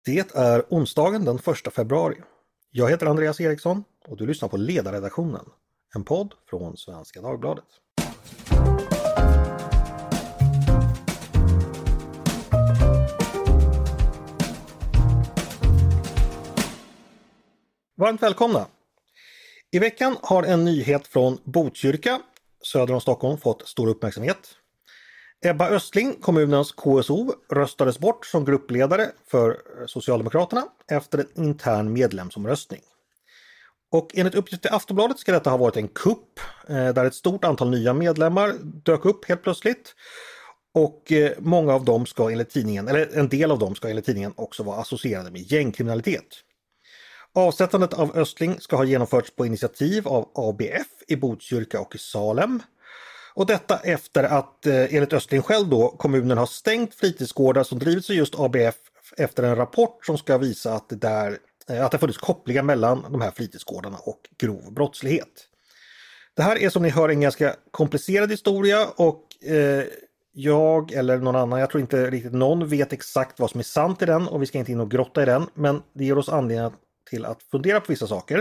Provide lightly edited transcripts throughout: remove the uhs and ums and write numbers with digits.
Det är onsdagen den 1 februari. Jag heter Andreas Eriksson och du lyssnar på Ledarredaktionen, en podd från Svenska Dagbladet. Varmt välkomna! I veckan har en nyhet från Botkyrka, söder om Stockholm, fått stor uppmärksamhet. Ebba Östling, kommunens KSO, röstades bort som gruppledare för Socialdemokraterna efter en intern medlemsomröstning. Och enligt uppgift till Aftonbladet ska detta ha varit en kupp där ett stort antal nya medlemmar dök upp helt plötsligt. Och många av dem ska enligt tidningen, eller en del av dem ska enligt tidningen också vara associerade med gängkriminalitet. Avsättandet av Östling ska ha genomförts på initiativ av ABF i Botkyrka och i Salem. Och detta efter att enligt Östling själv då kommunen har stängt fritidsgårdar som drivits av just ABF efter en rapport som ska visa att det funnits kopplingar mellan de här fritidsgårdarna och grov brottslighet. Det här är som ni hör en ganska komplicerad historia och jag eller någon annan, jag tror inte riktigt någon vet exakt vad som är sant i den och vi ska inte in och grotta i den, men det ger oss anledning till att fundera på vissa saker.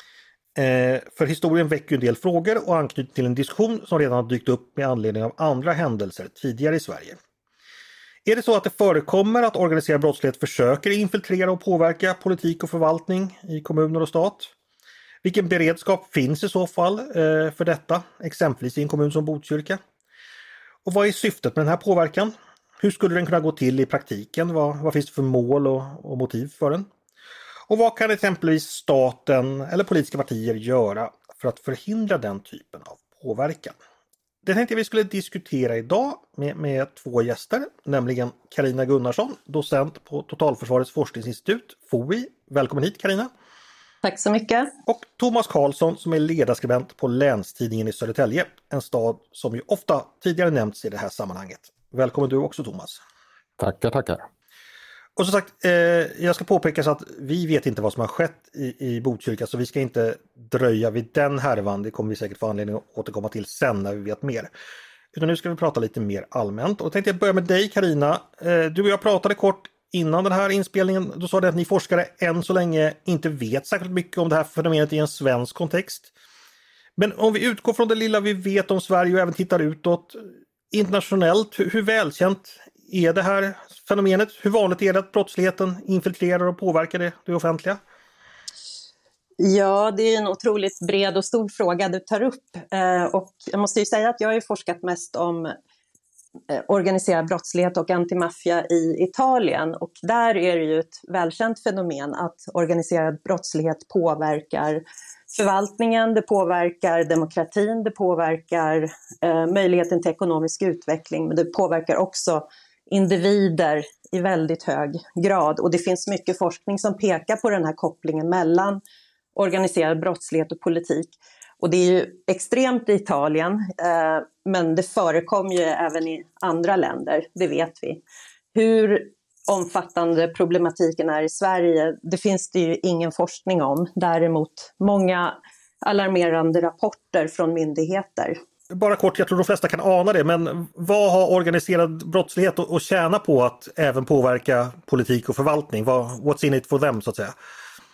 För historien väcker en del frågor och anknyter till en diskussion som redan har dykt upp med anledning av andra händelser tidigare i Sverige. Är det så att det förekommer att organiserad brottslighet försöker infiltrera och påverka politik och förvaltning i kommuner och stat? Vilken beredskap finns i så fall för detta, exempelvis i en kommun som Botkyrka? Och vad är syftet med den här påverkan? Hur skulle den kunna gå till i praktiken? Vad finns det för mål och motiv för den? Och vad kan exempelvis staten eller politiska partier göra för att förhindra den typen av påverkan? Det tänkte jag vi skulle diskutera idag med två gäster, nämligen Carina Gunnarsson, docent på Totalförsvarets forskningsinstitut, FOI. Välkommen hit Carina. Tack så mycket. Och Thomas Karlsson som är ledarskribent på Länstidningen i Södertälje, en stad som ju ofta tidigare nämnts i det här sammanhanget. Välkommen du också Thomas. Tackar. Och som sagt, jag ska påpeka så att vi vet inte vad som har skett i Botkyrka så vi ska inte dröja vid den härvan. Det kommer vi säkert få anledning att återkomma till sen när vi vet mer. Utan nu ska vi prata lite mer allmänt. Och tänkte jag börja med dig Carina. Du och jag pratade kort innan den här inspelningen. Då sa du att ni forskare än så länge inte vet särskilt mycket om det här fenomenet i en svensk kontext. Men om vi utgår från det lilla vi vet om Sverige och även tittar utåt internationellt, hur välkänt är det här fenomenet? Hur vanligt är det att brottsligheten infiltrerar och påverkar det offentliga? Ja, det är en otroligt bred och stor fråga du tar upp. Och jag måste ju säga att jag har forskat mest om organiserad brottslighet och antimaffia i Italien. Och där är det ju ett välkänt fenomen att organiserad brottslighet påverkar förvaltningen, det påverkar demokratin, det påverkar möjligheten till ekonomisk utveckling, men det påverkar också individer i väldigt hög grad. Och det finns mycket forskning som pekar på den här kopplingen mellan organiserad brottslighet och politik. Och det är ju extremt i Italien, men det förekommer ju även i andra länder, det vet vi. Hur omfattande problematiken är i Sverige, det finns det ju ingen forskning om. Däremot många alarmerande rapporter från myndigheter. Bara kort, jag tror de flesta kan ana det, men vad har organiserad brottslighet att tjäna på att även påverka politik och förvaltning? What's in it for them så att säga?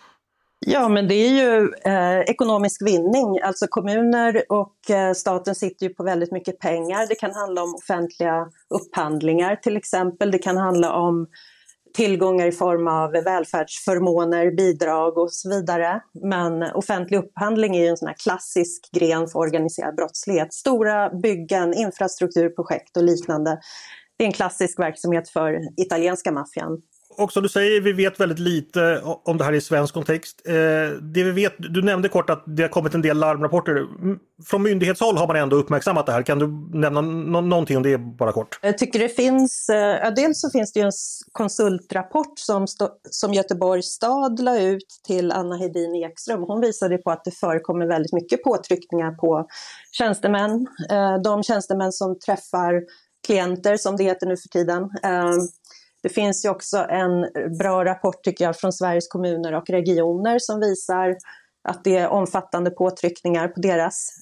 Ja, men det är ju ekonomisk vinning. Alltså kommuner och staten sitter ju på väldigt mycket pengar. Det kan handla om offentliga upphandlingar till exempel. Det kan handla om tillgångar i form av välfärdsförmåner, bidrag och så vidare. Men offentlig upphandling är ju en sån här klassisk gren för organiserad brottslighet. Stora byggen, infrastrukturprojekt och liknande. Det är en klassisk verksamhet för italienska maffian. Och som du säger, vi vet väldigt lite om det här i svensk kontext. Det vi vet, du nämnde kort att det har kommit en del larmrapporter. Från myndighetshåll har man ändå uppmärksammat det här. Kan du nämna någonting om det bara kort? Jag tycker det finns, dels så finns det ju en konsultrapport som Göteborgs stad la ut till Anna Hedin Ekström. Hon visade på att det förekommer väldigt mycket påtryckningar på tjänstemän. De tjänstemän som träffar klienter som det heter nu för tiden. Det finns ju också en bra rapport tycker jag från Sveriges kommuner och regioner som visar att det är omfattande påtryckningar på deras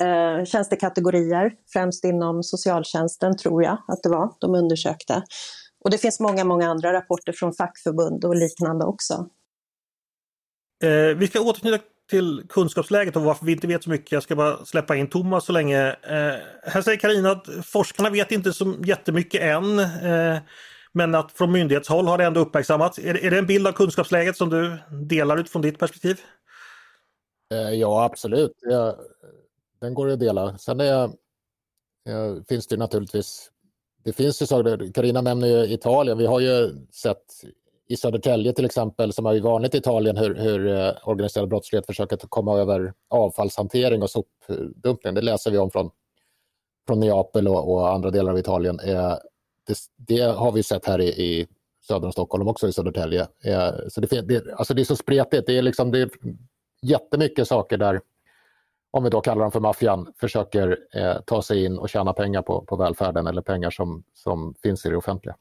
tjänstekategorier, främst inom socialtjänsten tror jag att det var, de undersökte. Och det finns många andra rapporter från fackförbund och liknande också. Vi ska återknyta till kunskapsläget och varför vi inte vet så mycket. Jag ska bara släppa in Thomas så länge. Här säger Carina att forskarna vet inte så jättemycket än. Men att från myndighetshåll har det ändå uppmärksammats. Är det en bild av kunskapsläget som du delar utifrån ditt perspektiv? Ja, absolut. Den går att dela. Sen finns det naturligtvis... Det finns ju saker, Carina nämner ju Italien. Vi har ju sett i Södertälje till exempel, som är ju vanligt i Italien, hur organiserad brottslighet försöker komma över avfallshantering och sopdumpning. Det läser vi om från Neapel och andra delar av Italien. Det har vi sett här i södra Stockholm också, i Södertälje. Så det är så spretigt. Det är jättemycket saker där, om vi då kallar dem för maffian, försöker ta sig in och tjäna pengar på välfärden, eller pengar som finns i det offentliga.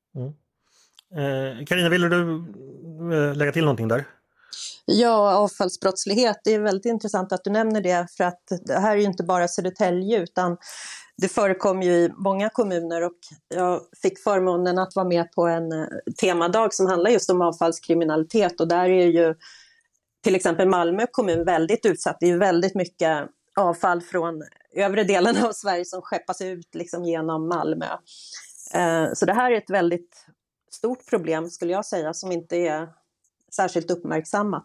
Carina, ville du lägga till någonting där? Ja, avfallsbrottslighet, det är väldigt intressant att du nämner det, för att det här är ju inte bara Södertälje utan det förekommer ju i många kommuner, och jag fick förmånen att vara med på en temadag som handlar just om avfallskriminalitet, och där är ju till exempel Malmö kommun väldigt utsatt. Det är ju väldigt mycket avfall från övre delen av Sverige som skeppas ut liksom genom Malmö. Så det här är ett väldigt stort problem, skulle jag säga, som inte är särskilt uppmärksammat.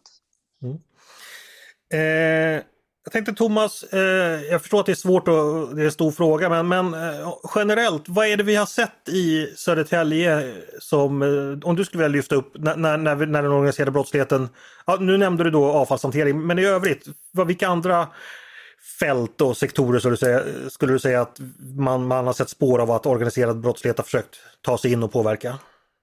Jag tänkte Thomas, jag förstår att det är svårt och det är en stor fråga, men generellt, vad är det vi har sett i Södertälje som, om du skulle vilja lyfta upp när den organiserade brottsligheten, ja, nu nämnde du då avfallshantering, men i övrigt, vilka andra fält och sektorer skulle du säga att man har sett spår av att organiserad brottslighet har försökt ta sig in och påverka?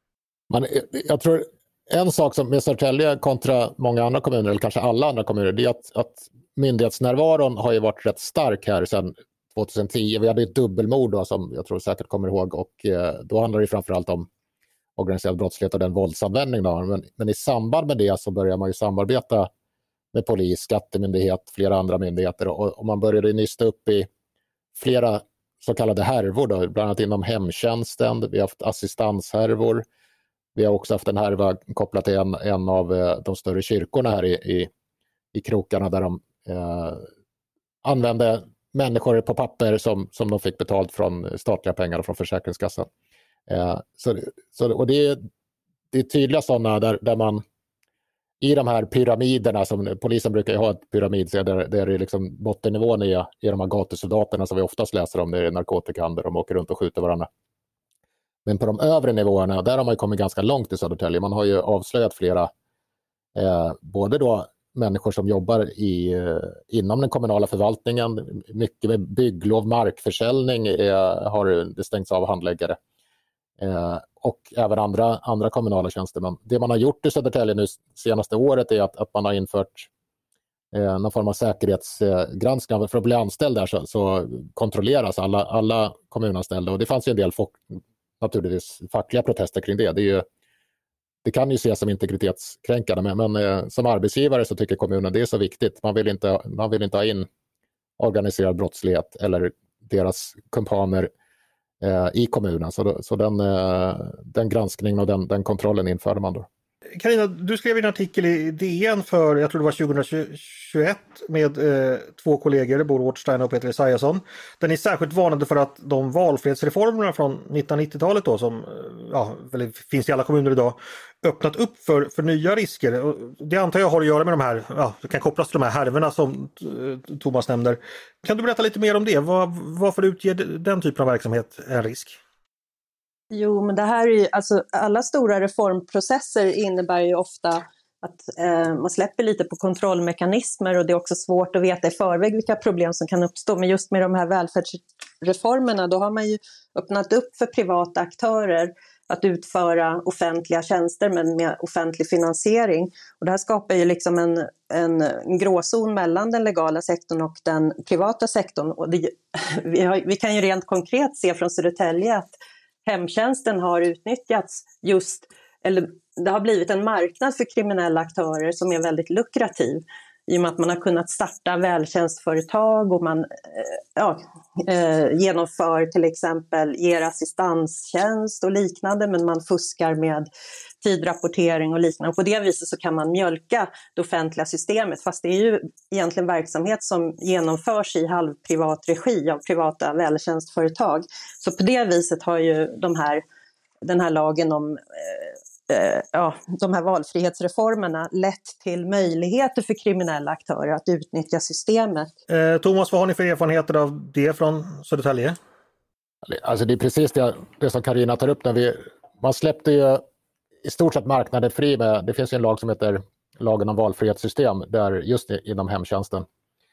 Jag tror en sak som med Södertälje kontra många andra kommuner, eller kanske alla andra kommuner, det är att myndighetsnärvaron har ju varit rätt stark här sedan 2010. Vi hade ett dubbelmord då, som jag tror säkert kommer ihåg, och då handlar det framförallt om organiserad brottslighet och den våldsanvändning då. Men i samband med det så börjar man ju samarbeta med polis, skattemyndighet, flera andra myndigheter, och man började nysta upp i flera så kallade härvor då, bland annat inom hemtjänsten. Vi har haft assistanshärvor. Vi har också haft en härva kopplat till en av de större kyrkorna här i krokarna, där de använde människor på papper som de fick betalt från statliga pengar och från Försäkringskassan. Och det är tydliga sådana där man i de här pyramiderna, som polisen brukar ha ett pyramid, där det är liksom bottennivån i de här gatusoldaterna som vi oftast läser om, det är narkotikahandel, de åker runt och skjuter varandra. Men på de övre nivåerna, där har man kommit ganska långt i Södertälje. Man har ju avslöjat flera, både då människor som jobbar inom den kommunala förvaltningen, mycket med bygglov, markförsäljning har det stängts av handläggare, och även andra kommunala tjänstemän. Det man har gjort i Södertälje nu senaste året är att man har infört någon form av säkerhetsgranskning. För att bli anställd där så kontrolleras alla kommunanställda, och det fanns ju en del naturligtvis fackliga protester kring det. Det kan ju ses som integritetskränkande, men som arbetsgivare så tycker kommunen det är så viktigt. Man vill inte ha in organiserad brottslighet eller deras kumpaner i kommunen. Så den granskningen och den kontrollen införde man då. Carina, du skrev en artikel i DN för, jag tror det var 2021, med två kollegor, Bo Rothstein och Peter Esaiasson. Där ni särskilt varnade för att de valfrihetsreformerna från 1990-talet då, som finns i alla kommuner idag, öppnat upp för nya risker. Och det antar jag har att göra med de här, det kan kopplas till de här härvorna som Thomas nämner. Kan du berätta lite mer om det? Varför utger den typen av verksamhet en risk? Jo, men det här är ju, alltså, alla stora reformprocesser innebär ju ofta att man släpper lite på kontrollmekanismer, och det är också svårt att veta i förväg vilka problem som kan uppstå. Men just med de här välfärdsreformerna, då har man ju öppnat upp för privata aktörer att utföra offentliga tjänster, men med offentlig finansiering. Och det här skapar ju liksom en gråzon mellan den legala sektorn och den privata sektorn. Och vi kan ju rent konkret se från Södertälje att hemtjänsten har utnyttjats det har blivit en marknad för kriminella aktörer som är väldigt lukrativ. i och med att man har kunnat starta vältjänstföretag och man genomför till exempel, ger assistanstjänst och liknande, men man fuskar med tidrapportering och liknande. Och på det viset så kan man mjölka det offentliga systemet, fast det är ju egentligen verksamhet som genomförs i halvprivat regi av privata vältjänstföretag. Så på det viset har ju den här lagen om de här valfrihetsreformerna lett till möjligheter för kriminella aktörer att utnyttja systemet. Thomas, vad har ni för erfarenheter av det från Södertälje? Alltså det är precis det som Carina tar upp. Man släppte ju i stort sett marknaden fri med, det finns ju en lag som heter lagen om valfrihetssystem där just inom hemtjänsten.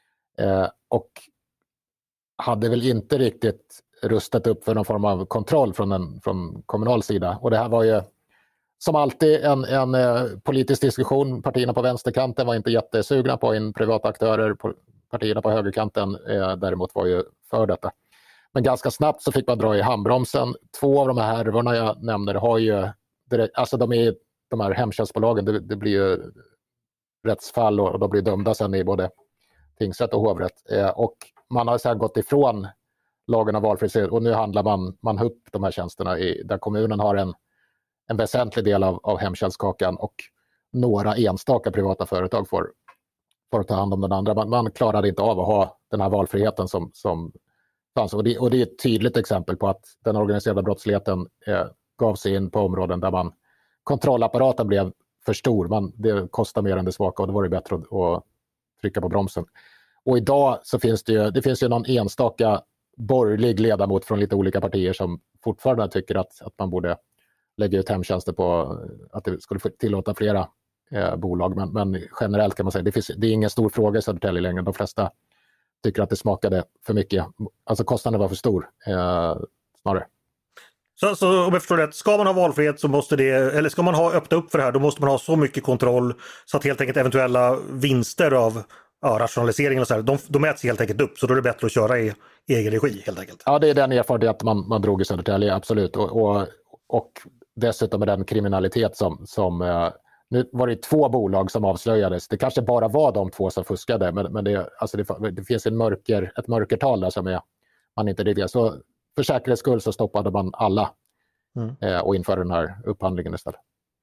Och hade väl inte riktigt rustat upp för någon form av kontroll från kommunal sida. Och det här var ju som alltid en politisk diskussion. Partierna på vänsterkanten var inte jättesugna på in privata aktörer. Partierna på högerkanten däremot var ju för detta. Men ganska snabbt så fick man dra i handbromsen. 2 av de här härvorna jag nämner har ju alltså de här hemtjänstbolagen, det blir ju rättsfall och de blir dömda sen i både tingsrätt och hovrätt. Och man har sedan gått ifrån lagen om valfrihet och nu handlar man upp de här tjänsterna där kommunen har en väsentlig del av hemtjänstkakan och några enstaka privata företag får ta hand om den andra. Man klarar inte av att ha den här valfriheten som fanns. Och det är ett tydligt exempel på att den organiserade brottsligheten gav sig in på områden där kontrollapparaten blev för stor. Det kostar mer än det smakar och då var det bättre att trycka på bromsen. Och idag så finns det finns ju någon enstaka borgerlig ledamot från lite olika partier som fortfarande tycker att man borde lägga ut hemtjänster på att det skulle tillåta flera bolag. Men generellt kan man säga det är ingen stor fråga i Södertälje längre. De flesta tycker att det smakade för mycket. Alltså kostnaden var för stor snarare. Så om jag förstår rätt, ska man ha valfrihet så måste eller ska man öppna upp för det här, då måste man ha så mycket kontroll så att helt enkelt eventuella vinster av rationalisering och så här, de mäts helt enkelt upp, så då är det bättre att köra i egen regi helt enkelt. Ja, det är den erfarenhet man drog i Södertälje, absolut. Och dessutom med den kriminalitet som nu var det 2 bolag som avslöjades. Det kanske bara var de 2 som fuskade, men det finns ett mörkertal där som man inte riktigt. Så för säkerhets skull så stoppade man alla och införde den här upphandlingen istället.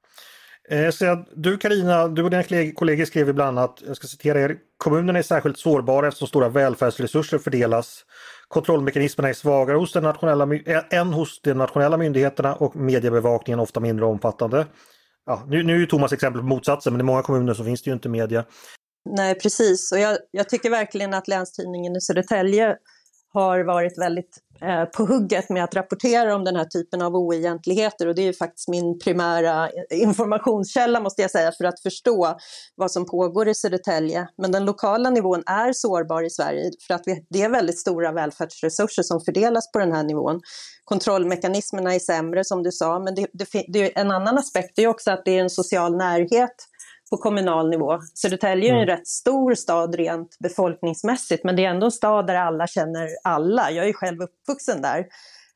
Så du Carina, du och dina kollegor skrev ibland att, jag ska citera er, kommunerna är särskilt sårbara eftersom stora välfärdsresurser fördelas. Kontrollmekanismerna är svagare än hos de nationella myndigheterna och mediebevakningen ofta mindre omfattande. Ja, nu är ju Thomas exempel på motsatsen, men i många kommuner så finns det ju inte media. Nej, precis. Och jag tycker verkligen att Länstidningen i Södertälje har varit väldigt på hugget med att rapportera om den här typen av oegentligheter, och det är ju faktiskt min primära informationskälla, måste jag säga, för att förstå vad som pågår i Södertälje. Men den lokala nivån är sårbar i Sverige för att det är väldigt stora välfärdsresurser som fördelas på den här nivån. Kontrollmekanismerna är sämre som du sa, men det är en annan aspekt, det är också att det är en social närhet på kommunal nivå. Södertälje är en rätt stor stad rent befolkningsmässigt, men det är ändå en stad där alla känner alla. Jag är själv uppvuxen där.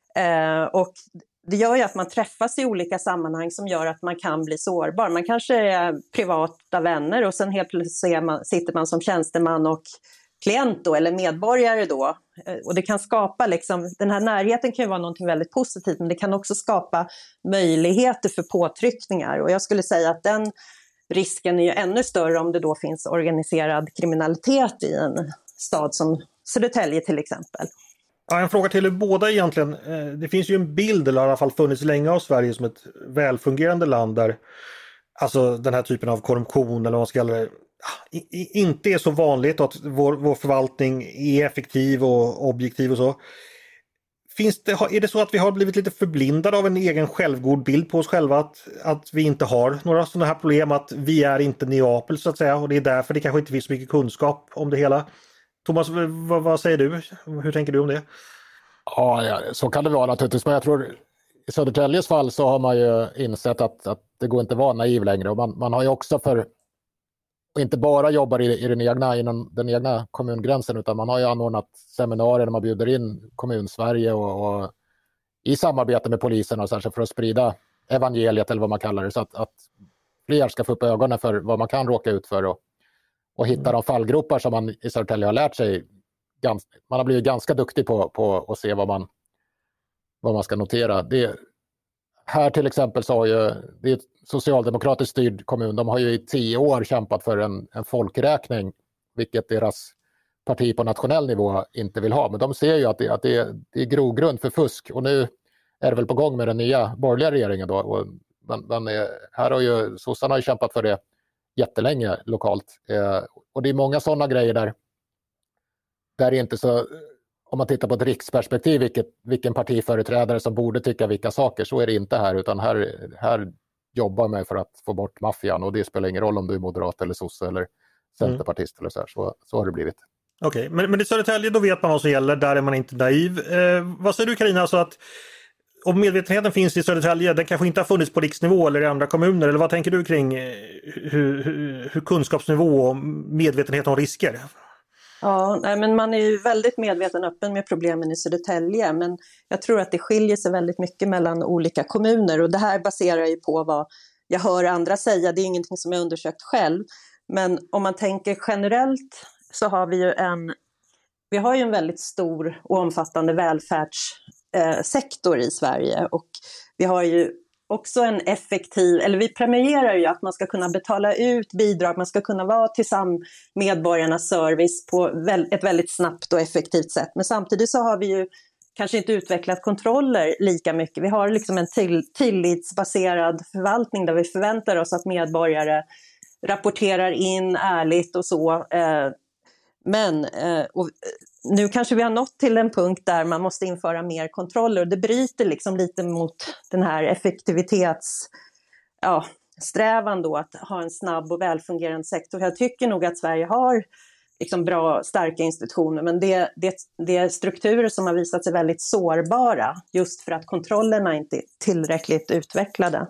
Och det gör ju att man träffas i olika sammanhang som gör att man kan bli sårbar. Man kanske är privata vänner och sen helt plötsligt sitter man som tjänsteman och klient då, eller medborgare då. Och det kan skapa den här närheten kan ju vara något väldigt positivt, men det kan också skapa möjligheter för påtryckningar. Och jag skulle säga att den risken är ju ännu större om det då finns organiserad kriminalitet i en stad som Södertälje till exempel. Ja, en fråga till er båda egentligen. Det finns ju en bild, eller i alla fall funnits länge, av Sverige som ett välfungerande land där alltså den här typen av korruption eller vad man ska kalla det inte är så vanligt, och att vår förvaltning är effektiv och objektiv och så. Är det så att vi har blivit lite förblindade av en egen självgod bild på oss själva, att vi inte har några sådana här problem, att vi är inte Neapel så att säga, och det är därför det kanske inte finns så mycket kunskap om det hela? Thomas, vad säger du? Hur tänker du om det? Ja, så kan det vara naturligtvis, men jag tror i Södertäljes fall så har man ju insett att det går inte att vara naiv längre, och man har ju också inte bara jobbar inom den egna kommungränsen, utan man har ju anordnat seminarier där man bjuder in Kommunsverige och i samarbete med polisen och särskilt för att sprida evangeliet eller vad man kallar det, så att fler ska få upp ögonen för vad man kan råka ut för och och hitta de fallgropar som man i Södertälje har lärt sig. Man har blivit ganska duktig på att se vad man ska notera. Här till exempel så har ju, det är ett socialdemokratiskt styrd kommun, de har ju i 10 år kämpat för en folkräkning, vilket deras parti på nationell nivå inte vill ha. Men de ser ju att det är grogrund för fusk, och nu är det väl på gång med den nya borgerliga regeringen då. Och här har ju sossarna har kämpat för det jättelänge lokalt. Och det är många sådana grejer där det är inte så, om man tittar på ett riksperspektiv, vilken partiföreträdare som borde tycka vilka saker, så är det inte här, utan här jobbar man för att få bort maffian, och det spelar ingen roll om du är moderat eller sosse eller centerpartist eller så har det blivit. Okej, men i Södertälje då vet man vad som gäller, där är man inte naiv. Vad säger du, Carina, alltså att om medvetenheten finns i Södertälje, den kanske inte har funnits på riksnivå eller i andra kommuner, eller vad tänker du kring hur kunskapsnivå och medvetenhet om risker? Ja, men man är ju väldigt medveten och öppen med problemen i Södertälje, men jag tror att det skiljer sig väldigt mycket mellan olika kommuner, och det här baserar ju på vad jag hör andra säga, det är ingenting som jag undersökt själv, men om man tänker generellt så har vi ju en väldigt stor och omfattande välfärdssektor i Sverige, och vi har ju också en effektiv, eller vi premierar ju att man ska kunna betala ut bidrag, man ska kunna vara till medborgarnas service på ett väldigt snabbt och effektivt sätt. Men samtidigt så har vi ju kanske inte utvecklat kontroller lika mycket. Vi har liksom en tillitsbaserad förvaltning där vi förväntar oss att medborgare rapporterar in ärligt och så. Men nu kanske vi har nått till en punkt där man måste införa mer kontroller, och det bryter liksom lite mot den här effektivitetssträvan då, att ha en snabb och välfungerande sektor. Jag tycker nog att Sverige har liksom bra, starka institutioner, men det är strukturer som har visat sig väldigt sårbara just för att kontrollerna inte är tillräckligt utvecklade.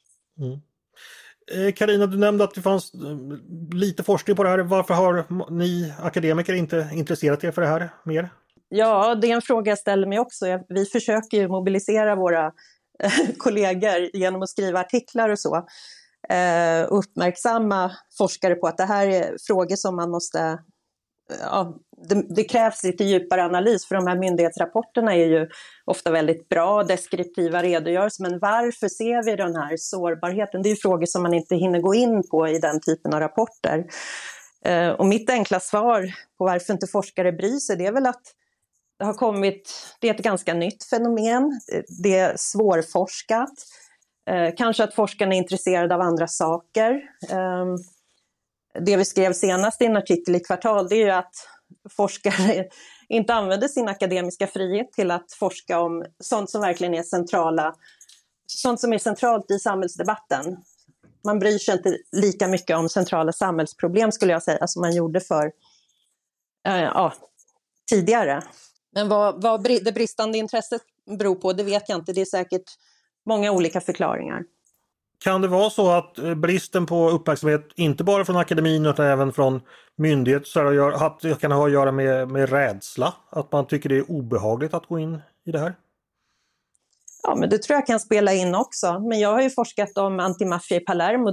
Carina, du nämnde att det fanns lite forskning på det här. Varför har ni akademiker inte intresserat er för det här mer? Ja, det är en fråga jag ställer mig också. Vi försöker ju mobilisera våra kollegor genom att skriva artiklar och så. Uppmärksamma forskare på att det här är frågor som man måste... det krävs lite djupare analys, för de här myndighetsrapporterna är ju ofta väldigt bra, deskriptiva redogörelser, men varför ser vi den här sårbarheten? Det är ju frågor som man inte hinner gå in på i den typen av rapporter. Och mitt enkla svar på varför inte forskare bryr sig, det är väl att det är ett ganska nytt fenomen, det är svårforskat, kanske att forskarna är intresserade av andra saker. Det vi skrev senast i en artikel i Kvartal, det är ju att forskare inte använder sin akademiska frihet till att forska om sånt som verkligen är sånt som är centralt i samhällsdebatten. Man bryr sig inte lika mycket om centrala samhällsproblem, skulle jag säga, som man gjorde för tidigare. Men vad det bristande intresset beror på, det vet jag inte. Det är säkert många olika förklaringar. Kan det vara så att bristen på uppmärksamhet, inte bara från akademin utan även från myndigheter, kan ha att göra med rädsla? Att man tycker det är obehagligt att gå in i det här? Ja, men det tror jag kan spela in också. Men jag har ju forskat om antimaffia i Palermo.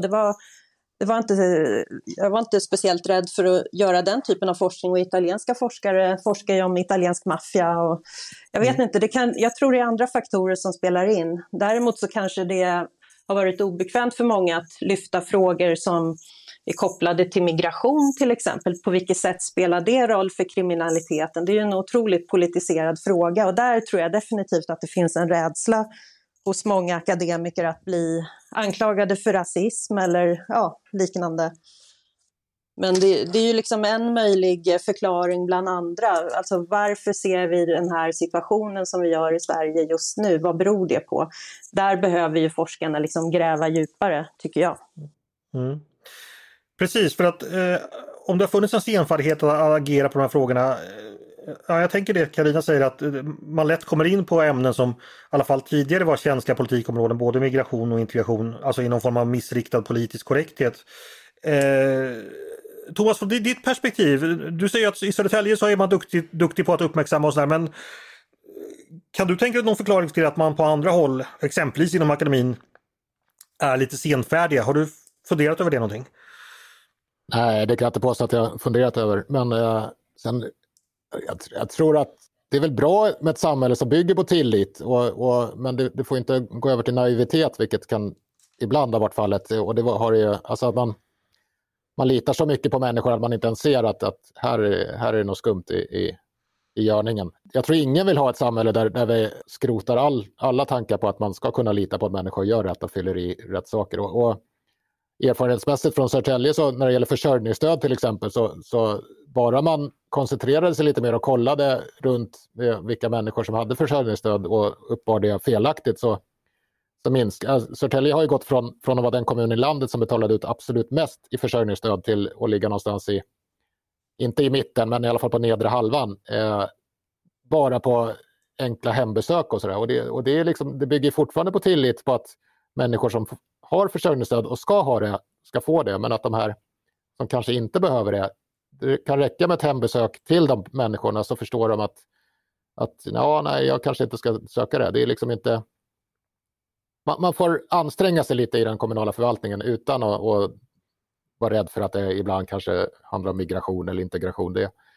Jag var inte speciellt rädd för att göra den typen av forskning, och italienska forskare forskar ju om italiensk maffia. Och jag vet inte, jag tror det är andra faktorer som spelar in. Däremot så kanske det har varit obekvämt för många att lyfta frågor som är kopplade till migration till exempel. På vilket sätt spelar det roll för kriminaliteten? Det är ju en otroligt politiserad fråga, och där tror jag definitivt att det finns en rädsla hos många akademiker att bli anklagade för rasism eller liknande. Men det är ju liksom en möjlig förklaring bland andra. Alltså varför ser vi den här situationen som vi gör i Sverige just nu? Vad beror det på? Där behöver ju forskarna liksom gräva djupare, tycker jag. Mm. Precis, för att om det har funnits en senfärdighet att agera på de här frågorna. Jag tänker det Carina säger, att man lätt kommer in på ämnen som i alla fall tidigare var känsliga politikområden, både migration och integration, alltså i någon form av missriktad politisk korrekthet. Thomas, från ditt perspektiv, du säger att i Södertälje så är man duktig på att uppmärksamma och sådär, men kan du tänka dig någon förklaring till att man på andra håll, exempelvis inom akademin, är lite senfärdiga? Har du funderat över det någonting? Nej, det kan jag inte påstå att jag funderat över. Men sen, jag tror att det är väl bra med ett samhälle som bygger på tillit. Men det får inte gå över till naivitet, vilket kan ibland ha varit fallet. Och det har ju, alltså att man litar så mycket på människor att man inte ens ser att här är det något skumt i görningen. Jag tror ingen vill ha ett samhälle där vi skrotar alla tankar på att man ska kunna lita på att människor gör rätt och fyller i rätt saker. Och erfarenhetsmässigt från Södertälje, så när det gäller försörjningsstöd till exempel, så bara man koncentrerade sig lite mer och kollade runt vilka människor som hade försörjningsstöd och uppbar det felaktigt, så minskade. Södertälje har ju gått från att vara den kommun i landet som betalade ut absolut mest i försörjningsstöd till att ligga någonstans inte i mitten, men i alla fall på nedre halvan, bara på enkla hembesök och sådär. Och det är liksom, det bygger fortfarande på tillit på att människor som har försörjningsstöd och ska ha det, ska få det, men att de här som kanske inte behöver det kan räcka med ett hembesök till de människorna, så förstår de att nej, jag kanske inte ska söka det. Det är liksom inte... Man får anstränga sig lite i den kommunala förvaltningen utan att vara rädd för att det ibland kanske handlar om migration eller integration.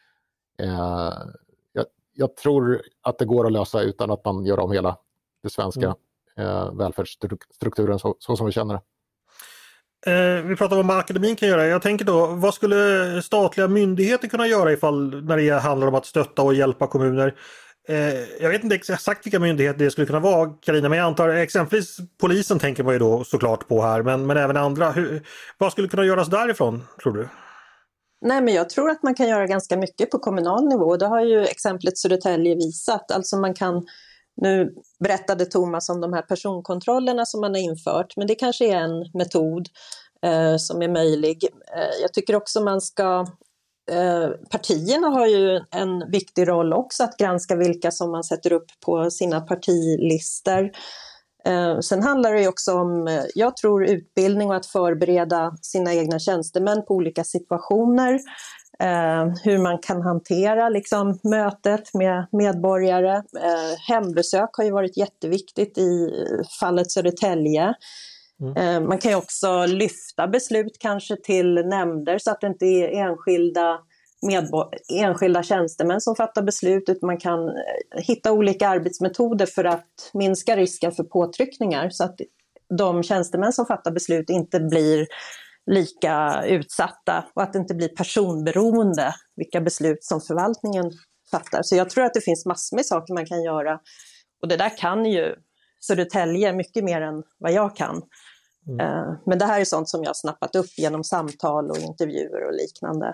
Jag tror att det går att lösa utan att man gör om hela det svenska välfärdsstrukturen så som vi känner det. Vi pratar om vad akademin kan göra. Jag tänker då, vad skulle statliga myndigheter kunna göra när det handlar om att stötta och hjälpa kommuner? Jag vet inte exakt vilka myndigheter det skulle kunna vara, Carina, men jag antar exempelvis polisen tänker man ju då såklart på här, men även andra. Vad skulle kunna göras därifrån, tror du? Nej, men jag tror att man kan göra ganska mycket på kommunal nivå. Det har ju exemplet Södertälje visat. Alltså man kan, nu berättade Thomas om de här personkontrollerna som man har infört, men det kanske är en metod som är möjlig. Jag tycker också man ska... partierna har ju en viktig roll också att granska vilka som man sätter upp på sina partilistor. Sen handlar det ju också om, jag tror, utbildning och att förbereda sina egna tjänstemän på olika situationer. Hur man kan hantera liksom mötet med medborgare. Hembesök har ju varit jätteviktigt i fallet Södertälje. Man kan ju också lyfta beslut kanske till nämnder så att det inte är enskilda tjänstemän som fattar beslut, utan man kan hitta olika arbetsmetoder för att minska risken för påtryckningar så att de tjänstemän som fattar beslut inte blir lika utsatta och att det inte blir personberoende vilka beslut som förvaltningen fattar. Så jag tror att det finns massor med saker man kan göra, och det där kan ju Södertälje mycket mer än vad jag kan. Men det här är sånt som jag har snappat upp genom samtal och intervjuer och liknande.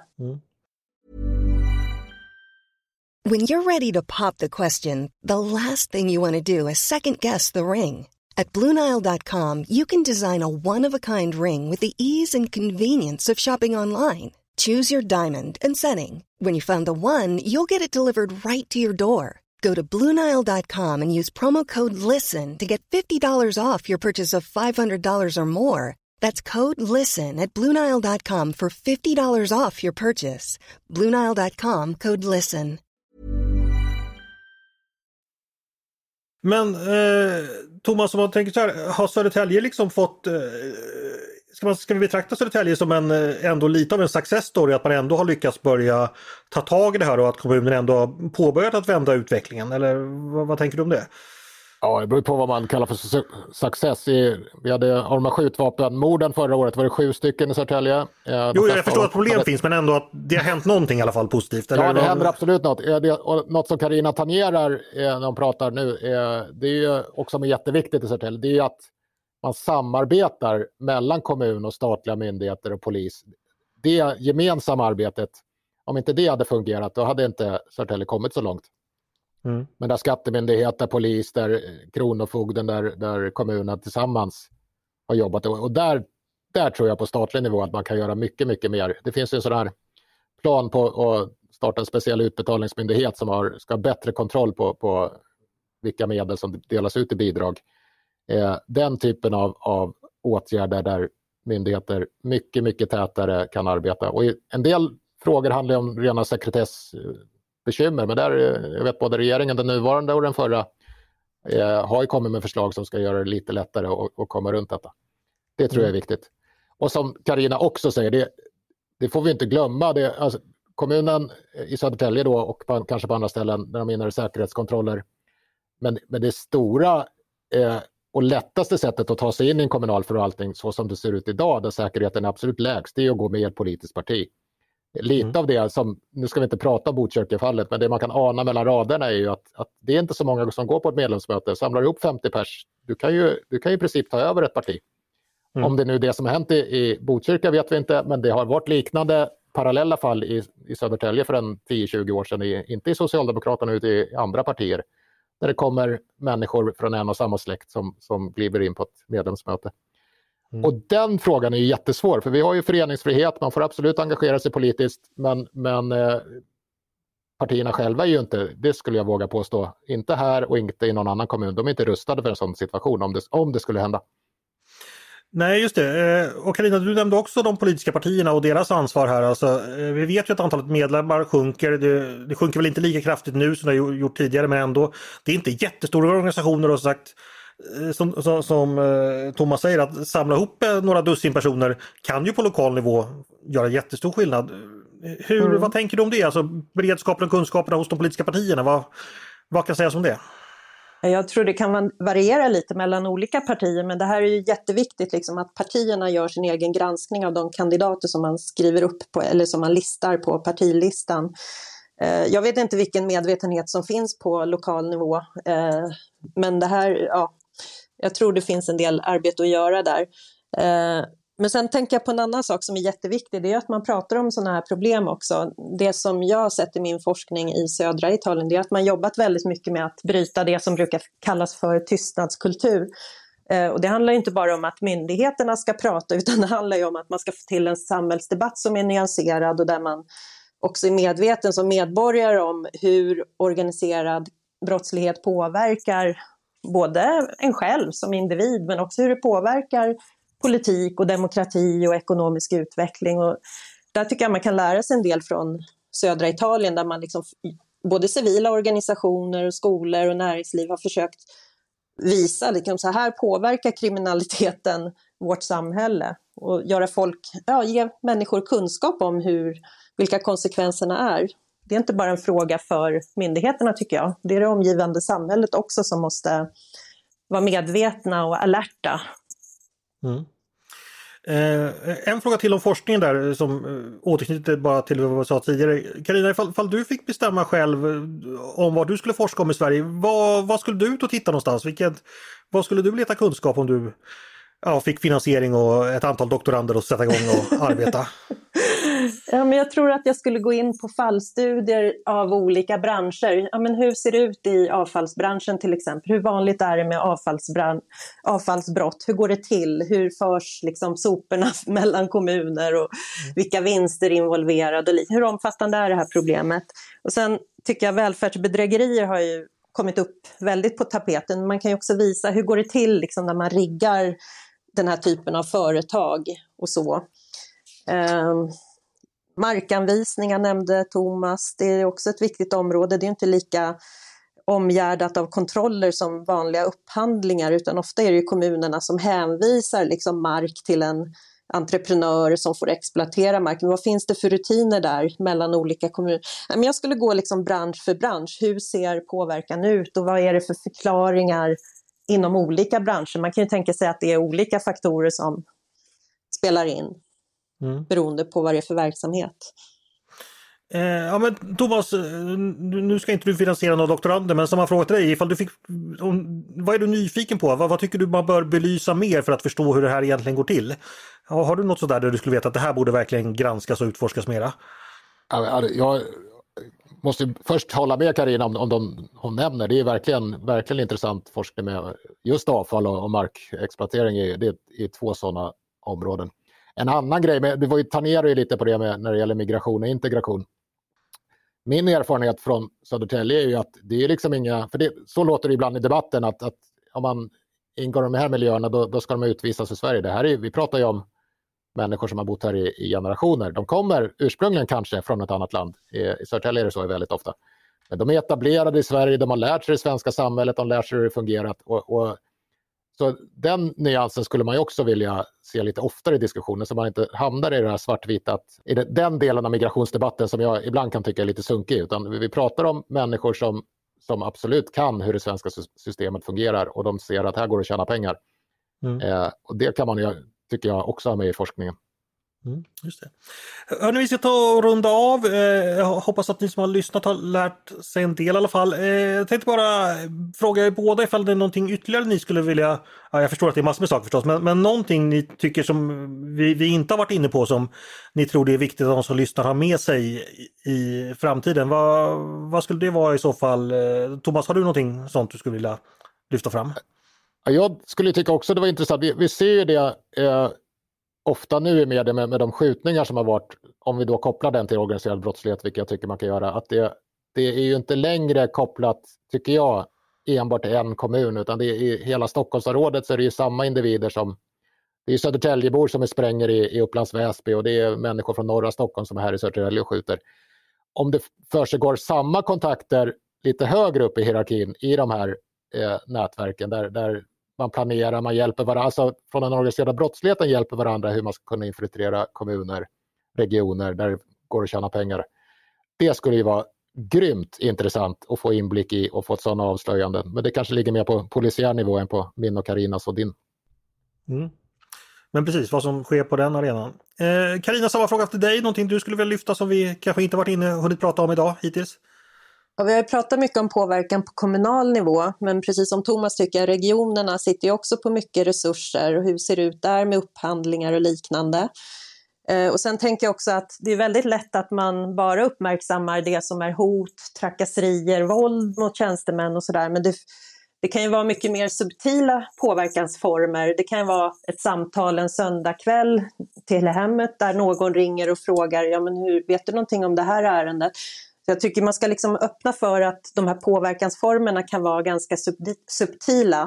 When you're ready to pop the question, the last thing you want to do is second guess the ring. At BlueNile.com you can design a one-of-a-kind ring with the ease and convenience of shopping online. Choose your diamond and setting. When you find the one, you'll get it delivered right to your door. Go to BlueNile.com and use promo code LISTEN to get $50 off your purchase of $500 or more. That's code LISTEN at BlueNile.com for $50 off your purchase. BlueNile.com, code LISTEN. Men Thomas, om man tänker så här, har Södertälje liksom fått... Ska vi betrakta Södertälje som ändå lite av en success story, att man ändå har lyckats börja ta tag i det här och att kommunen ändå har påbörjat att vända utvecklingen? Eller vad tänker du om det? Ja, det beror på vad man kallar för success. Vi hade av de här skjutvapenmorden förra året, var det 7 stycken i Södertälje. Jo, jag förstår att problem finns, men ändå att det har hänt någonting i alla fall positivt. Eller? Ja, det händer absolut något. Och något som Carina tangerar när hon pratar nu, det är ju också jätteviktigt i Södertälje, det är att man samarbetar mellan kommun och statliga myndigheter och polis. Det gemensamma arbetet, om inte det hade fungerat, då hade inte Södertälje kommit så långt. Men där skattemyndigheter, polis, där kronofogden, där kommunen tillsammans har jobbat. Och där tror jag på statlig nivå att man kan göra mycket, mycket mer. Det finns ju en sån här plan på att starta en speciell utbetalningsmyndighet som ska ha bättre kontroll på vilka medel som delas ut i bidrag. Den typen av åtgärder där myndigheter mycket, mycket tätare kan arbeta. Och en del frågor handlar om rena sekretessbekymmer, men där, jag vet både regeringen, den nuvarande och den förra, har ju kommit med förslag som ska göra det lite lättare att komma runt detta. Det tror jag är viktigt. Och som Carina också säger, det får vi inte glömma. Alltså, kommunen i Södertälje då, och kanske på andra ställen där de inre säkerhetskontroller. Men det stora och lättaste sättet att ta sig in i en kommunal förvaltning så som det ser ut idag, där säkerheten är absolut lägst, det är att gå med i ett politiskt parti. Lite av det som, nu ska vi inte prata om Botkyrkafallet, men det man kan ana mellan raderna är ju att det är inte så många som går på ett medlemsmöte, samlar ihop 50 pers, du kan ju i princip ta över ett parti. Om det nu är det som har hänt i Botkyrka vet vi inte, men det har varit liknande parallella fall i Södertälje för en 10-20 år sedan, inte i Socialdemokraterna utan i andra partier, där det kommer människor från en och samma släkt som kliver in på ett medlemsmöte. Och den frågan är ju jättesvår, för vi har ju föreningsfrihet, man får absolut engagera sig politiskt, men partierna själva är ju inte, det skulle jag våga påstå, inte här och inte i någon annan kommun, de är inte rustade för en sån situation om det skulle hända. Nej, just det. Och Carina, du nämnde också de politiska partierna och deras ansvar här. Alltså, vi vet ju att antalet medlemmar sjunker. Det sjunker väl inte lika kraftigt nu som det har gjort tidigare, men ändå. Det är inte jättestora organisationer och sagt, som Thomas säger, att samla ihop några dussin personer kan ju på lokal nivå göra jättestor skillnad. Vad tänker du om det? Alltså beredskapen och kunskaperna hos de politiska partierna, vad kan sägas om det? Jag tror det kan variera lite mellan olika partier, men det här är ju jätteviktigt liksom, att partierna gör sin egen granskning av de kandidater som man skriver upp på, eller som man listar på partilistan. Jag vet inte vilken medvetenhet som finns på lokal nivå, men det här, jag tror det finns en del arbete att göra där. Men sen tänker jag på en annan sak som är jätteviktig, det är att man pratar om sådana här problem också. Det som jag har sett i min forskning i södra Italien, det är att man jobbat väldigt mycket med att bryta det som brukar kallas för tystnadskultur. Och det handlar inte bara om att myndigheterna ska prata, utan det handlar ju om att man ska få till en samhällsdebatt som är nyanserad och där man också är medveten som medborgare om hur organiserad brottslighet påverkar både en själv som individ, men också hur det påverkar politik och demokrati och ekonomisk utveckling. Och där tycker jag man kan lära sig en del från södra Italien, där man liksom, både civila organisationer, skolor och näringsliv har försökt visa liksom, så här påverkar kriminaliteten vårt samhälle, och göra ge människor kunskap om vilka konsekvenserna är. Det är inte bara en fråga för myndigheterna, tycker jag. Det är det omgivande samhället också som måste vara medvetna och alerta. En fråga till om forskningen där som återknyter bara till vad vi sa tidigare. Carina, ifall du fick bestämma själv om vad du skulle forska om i Sverige, vad skulle du ut och titta någonstans? Vad skulle du leta kunskap om du fick finansiering och ett antal doktorander att sätta igång och arbeta? Ja, men jag tror att jag skulle gå in på fallstudier av olika branscher. Ja, men hur ser det ut i avfallsbranschen till exempel? Hur vanligt är det med avfallsbrott? Hur går det till? Hur förs liksom soporna mellan kommuner och vilka vinster är involverade? Hur omfattande är det här problemet? Och sen tycker jag välfärdsbedrägerier har ju kommit upp väldigt på tapeten. Man kan ju också visa hur går det till liksom, när man riggar den här typen av företag och så. Markanvisningar nämnde Thomas, det är också ett viktigt område. Det är inte lika omgärdat av kontroller som vanliga upphandlingar, utan ofta är det ju kommunerna som hänvisar liksom mark till en entreprenör som får exploatera marken. Vad finns det för rutiner där mellan olika kommuner? Men jag skulle gå liksom bransch för bransch. Hur ser påverkan ut och vad är det för förklaringar inom olika branscher? Man kan ju tänka sig att det är olika faktorer som spelar in beroende på vad det är för verksamhet. Men Thomas, nu ska inte du finansiera några doktorander, men som man frågat dig, vad är du nyfiken på? Vad tycker du man bör belysa mer för att förstå hur det här egentligen går till? Har du något sådär där du skulle veta att det här borde verkligen granskas och utforskas mera? Jag måste först hålla med Carina om de hon nämner. Det är verkligen intressant forskning med just avfall och markexploatering. Det är två sådana områden. En annan grej, det tangerar ju lite på det när det gäller migration och integration. Min erfarenhet från Södertälje är ju att det är liksom inga, så låter det ibland i debatten att om man ingår i de här miljöerna då ska de utvisas i Sverige. Vi pratar ju om människor som har bott här i generationer. De kommer ursprungligen kanske från ett annat land. I Södertälje är det så väldigt ofta. Men de är etablerade i Sverige, de har lärt sig det svenska samhället, de lär sig hur det fungerat och Så den nyansen skulle man ju också vilja se lite oftare i diskussionen, så man inte hamnar i det här svartvita, att i den delen av migrationsdebatten som jag ibland kan tycka är lite sunkig, utan vi pratar om människor som absolut kan hur det svenska systemet fungerar, och de ser att här går det att tjäna pengar. Och det kan man ju, tycker jag, också ha med i forskningen. Just det. Hörrni, vi ska ta och runda av. Jag hoppas att ni som har lyssnat har lärt sig en del i alla fall. Jag tänkte bara fråga er båda ifall det är någonting ytterligare ni skulle vilja... Ja, jag förstår att det är massor med saker förstås, men någonting ni tycker som vi inte har varit inne på som ni tror det är viktigt att de som lyssnar har med sig i framtiden. Vad skulle det vara i så fall? Thomas, har du någonting sånt du skulle vilja lyfta fram? Jag skulle tycka också det var intressant. Vi ser ju det... ofta nu i media med de skjutningar som har varit, om vi då kopplar den till organiserad brottslighet, vilket jag tycker man kan göra, att det är ju inte längre kopplat, tycker jag, enbart till en kommun, utan det är i hela Stockholmsområdet, så är det ju samma individer som, det är Södertäljebor som spränger i Upplands Väsby, och det är människor från norra Stockholm som är här i Södertälje och skjuter. Om det försiggår samma kontakter lite högre upp i hierarkin i de här nätverken där man planerar, man hjälper varandra, alltså från den organiserade brottsligheten hjälper varandra hur man ska kunna infiltrera kommuner, regioner där det går att tjäna pengar. Det skulle ju vara grymt intressant att få inblick i och få ett sådana avslöjanden. Men det kanske ligger mer på polisiär nivå än på min och Karinas och din. Men precis, vad som sker på den arenan. Carina, samma fråga till dig. Någonting du skulle vilja lyfta som vi kanske inte varit inne och hunnit prata om idag hittills? Ja, vi har pratat mycket om påverkan på kommunal nivå, men precis som Thomas tycker jag, regionerna sitter ju också på mycket resurser, och hur ser det ut där med upphandlingar och liknande. Och sen tänker jag också att det är väldigt lätt att man bara uppmärksammar det som är hot, trakasserier, våld mot tjänstemän och sådär, men det kan ju vara mycket mer subtila påverkansformer. Det kan ju vara ett samtal en söndagkväll till hemmet där någon ringer och frågar, ja men hur, vet du någonting om det här ärendet? Så jag tycker man ska liksom öppna för att de här påverkansformerna kan vara ganska subtila.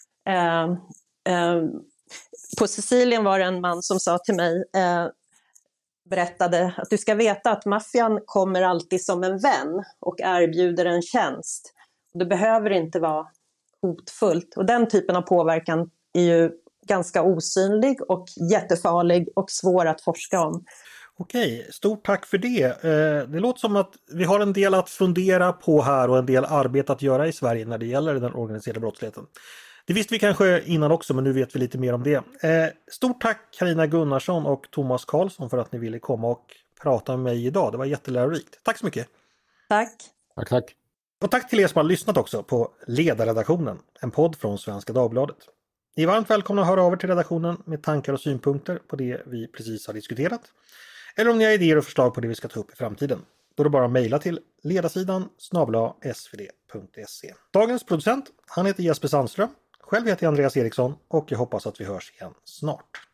På Sicilien var det en man som sa till mig, berättade att du ska veta att maffian kommer alltid som en vän och erbjuder en tjänst. Det behöver inte vara hotfullt. Och den typen av påverkan är ju ganska osynlig och jättefarlig och svår att forska om. Okej, stort tack för det. Det låter som att vi har en del att fundera på här och en del arbete att göra i Sverige när det gäller den organiserade brottsligheten. Det visste vi kanske innan också, men nu vet vi lite mer om det. Stort tack Carina Gunnarsson och Thomas Karlsson för att ni ville komma och prata med mig idag. Det var jättelärorikt. Tack så mycket. Tack. Tack. Och tack till er som har lyssnat också på Ledarredaktionen, en podd från Svenska Dagbladet. Ni är varmt välkomna att höra av er till redaktionen med tankar och synpunkter på det vi precis har diskuterat. Eller om ni har idéer och förslag på det vi ska ta upp i framtiden. Då är det bara att mejla till ledarsidan@svd.se. Dagens producent, han heter Jesper Sandström. Själv heter jag Andreas Eriksson och jag hoppas att vi hörs igen snart.